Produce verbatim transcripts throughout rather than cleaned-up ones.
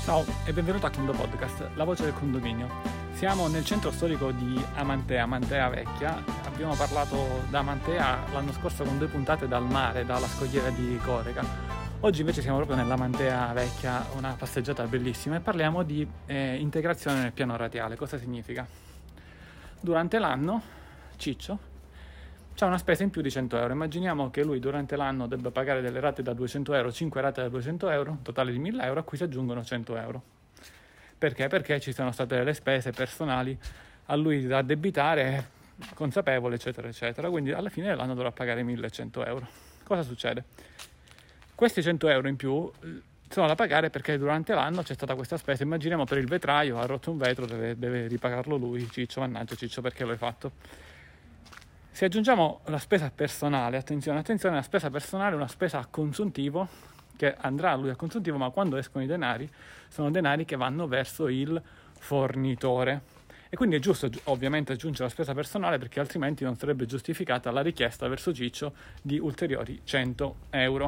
Ciao e benvenuto a Condo Podcast, la voce del condominio. Siamo nel centro storico di Amantea, Mantea Vecchia. Abbiamo parlato da Amantea l'anno scorso con due puntate dal mare, dalla scogliera di Corega. Oggi invece siamo proprio nella Mantea Vecchia, una passeggiata bellissima, e parliamo di eh, integrazione nel piano radiale. Cosa significa? Durante l'anno Ciccio c'ha una spesa in più di cento euro. Immaginiamo che lui durante l'anno debba pagare delle rate da duecento euro, cinque rate da duecento euro, un totale di mille euro, a cui si aggiungono cento euro. Perché? Perché ci sono state delle spese personali a lui da addebitare, consapevole, eccetera, eccetera. Quindi alla fine dell'anno dovrà pagare millecento euro. Cosa succede? Questi cento euro in più sono da pagare perché durante l'anno c'è stata questa spesa. Immaginiamo per il vetraio, ha rotto un vetro, deve, deve ripagarlo lui. Ciccio, mannaggia Ciccio, perché lo hai fatto? Se aggiungiamo la spesa personale, attenzione, attenzione, la spesa personale è una spesa a consuntivo, che andrà a lui a consuntivo, ma quando escono i denari, sono denari che vanno verso il fornitore. E quindi è giusto ovviamente aggiungere la spesa personale, perché altrimenti non sarebbe giustificata la richiesta verso Ciccio di ulteriori cento euro.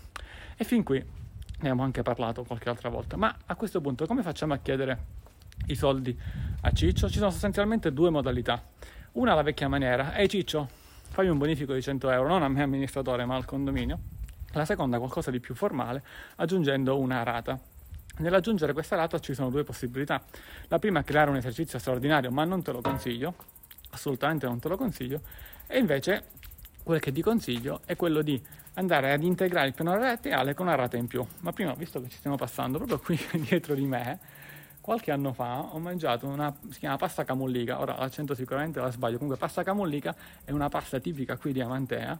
E fin qui ne abbiamo anche parlato qualche altra volta. Ma a questo punto come facciamo a chiedere i soldi a Ciccio? Ci sono sostanzialmente due modalità. Una alla vecchia maniera: ehi Ciccio, fai un bonifico di cento euro, non a me amministratore ma al condominio. La seconda, qualcosa di più formale, aggiungendo una rata. Nell'aggiungere questa rata ci sono due possibilità. La prima è creare un esercizio straordinario, ma non te lo consiglio, assolutamente non te lo consiglio. E invece quel che ti consiglio è quello di andare ad integrare il piano radiale con una rata in più. Ma prima, visto che ci stiamo passando proprio qui dietro di me, qualche anno fa ho mangiato una, si chiama pasta camullica, ora l'accento sicuramente la sbaglio, comunque pasta camullica è una pasta tipica qui di Amantea,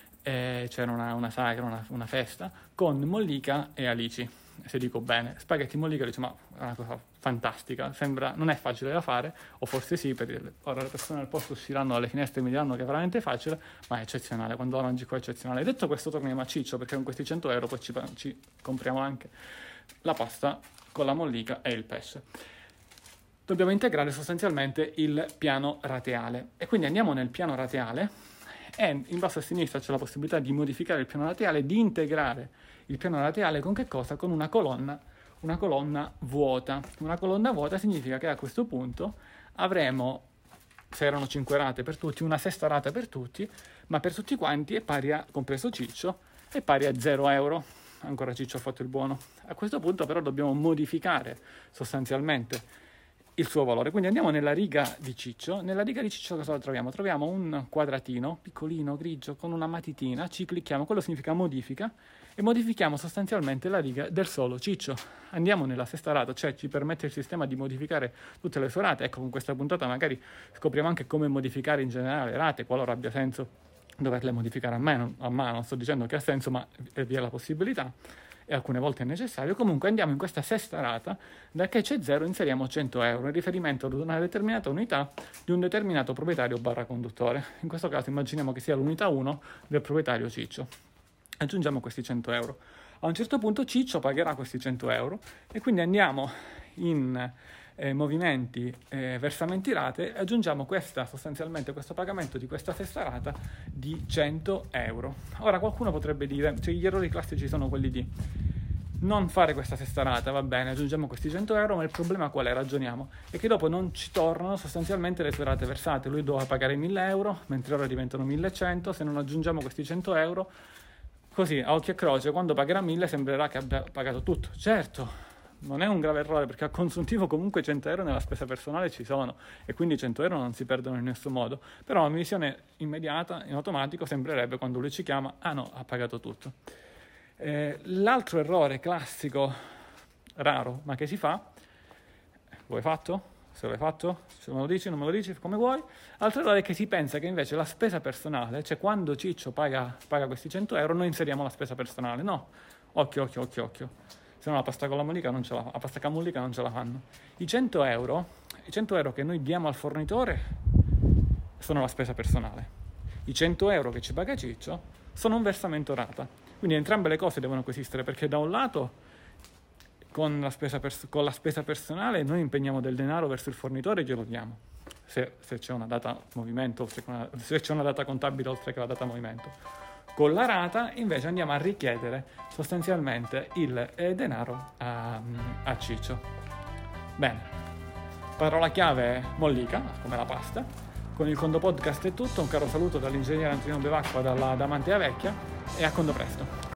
e c'era una, una sagra, una, una festa, con mollica e alici, se dico bene, spaghetti mollica, dice, ma è una cosa fantastica, sembra, non è facile da fare, o forse sì, perché ora le persone al posto usciranno dalle finestre e mi diranno che è veramente facile, ma è eccezionale, quando la mangi qua è eccezionale. Detto questo, torniamo a Ciccio, perché con questi cento euro poi ci, ci compriamo anche la pasta con la mollica e il pesce. Dobbiamo integrare sostanzialmente il piano rateale, e quindi andiamo nel piano rateale e in basso a sinistra c'è la possibilità di modificare il piano rateale, di integrare il piano rateale con che cosa? Con una colonna, una colonna vuota. Una colonna vuota significa che a questo punto avremo, se erano cinque rate per tutti, una sesta rata per tutti, ma per tutti quanti è pari a, compreso Ciccio, è pari a zero euro. Ancora Ciccio ha fatto il buono. A questo punto però dobbiamo modificare sostanzialmente il suo valore. Quindi andiamo nella riga di Ciccio. Nella riga di Ciccio cosa troviamo? Troviamo un quadratino piccolino, grigio, con una matitina. Ci clicchiamo, quello significa modifica, e modifichiamo sostanzialmente la riga del solo Ciccio. Andiamo nella sesta rata, cioè ci permette il sistema di modificare tutte le sue rate. Ecco, con questa puntata magari scopriamo anche come modificare in generale le rate, qualora abbia senso doverle modificare a mano, a mano. Non sto dicendo che ha senso, ma vi è la possibilità e alcune volte è necessario. Comunque andiamo in questa sesta rata, da che c'è zero inseriamo cento euro in riferimento ad una determinata unità di un determinato proprietario barra conduttore. In questo caso immaginiamo che sia l'unità uno del proprietario Ciccio. Aggiungiamo questi cento euro. A un certo punto Ciccio pagherà questi cento euro e quindi andiamo in Eh, movimenti, eh, versamenti rate, e aggiungiamo questa, sostanzialmente questo pagamento di questa stessa rata di cento euro. Ora qualcuno potrebbe dire, cioè gli errori classici sono quelli di non fare questa stessa rata, va bene, aggiungiamo questi cento euro, ma il problema qual è? Ragioniamo, è che dopo non ci tornano sostanzialmente le sue rate versate. Lui doveva pagare mille euro, mentre ora diventano millecento. Se non aggiungiamo questi cento euro, così a occhio e croce, quando pagherà mille sembrerà che abbia pagato tutto. Certo, non è un grave errore, perché a consuntivo comunque cento euro nella spesa personale ci sono, e quindi cento euro non si perdono in nessun modo. Però la visione immediata, in automatico, sembrerebbe, quando lui ci chiama, ah no, ha pagato tutto. Eh, l'altro errore classico, raro, ma che si fa, lo hai fatto? Se l'hai fatto? Se me lo dici, non me lo dici, come vuoi. L'altro errore è che si pensa che invece la spesa personale, cioè quando Ciccio paga, paga questi cento euro, noi inseriamo la spesa personale. No, occhio, occhio, occhio, occhio. Se no la pasta con la mollica non ce la, la pasta camullica non ce la fanno. I cento euro, i cento euro che noi diamo al fornitore sono la spesa personale. I cento euro che ci paga Ciccio sono un versamento rata. Quindi entrambe le cose devono coesistere, perché da un lato con la spesa, pers- con la spesa personale noi impegniamo del denaro verso il fornitore e glielo diamo, se, se c'è una data movimento, oltre che una, se c'è una data contabile oltre che la data movimento. Con la rata invece andiamo a richiedere sostanzialmente il eh, denaro a, a Ciccio. Bene, parola chiave mollica, come la pasta. Con il Condo Podcast è tutto, un caro saluto dall'ingegnere Antonino Bevacqua dalla, da Mantea Vecchia e a Condo presto.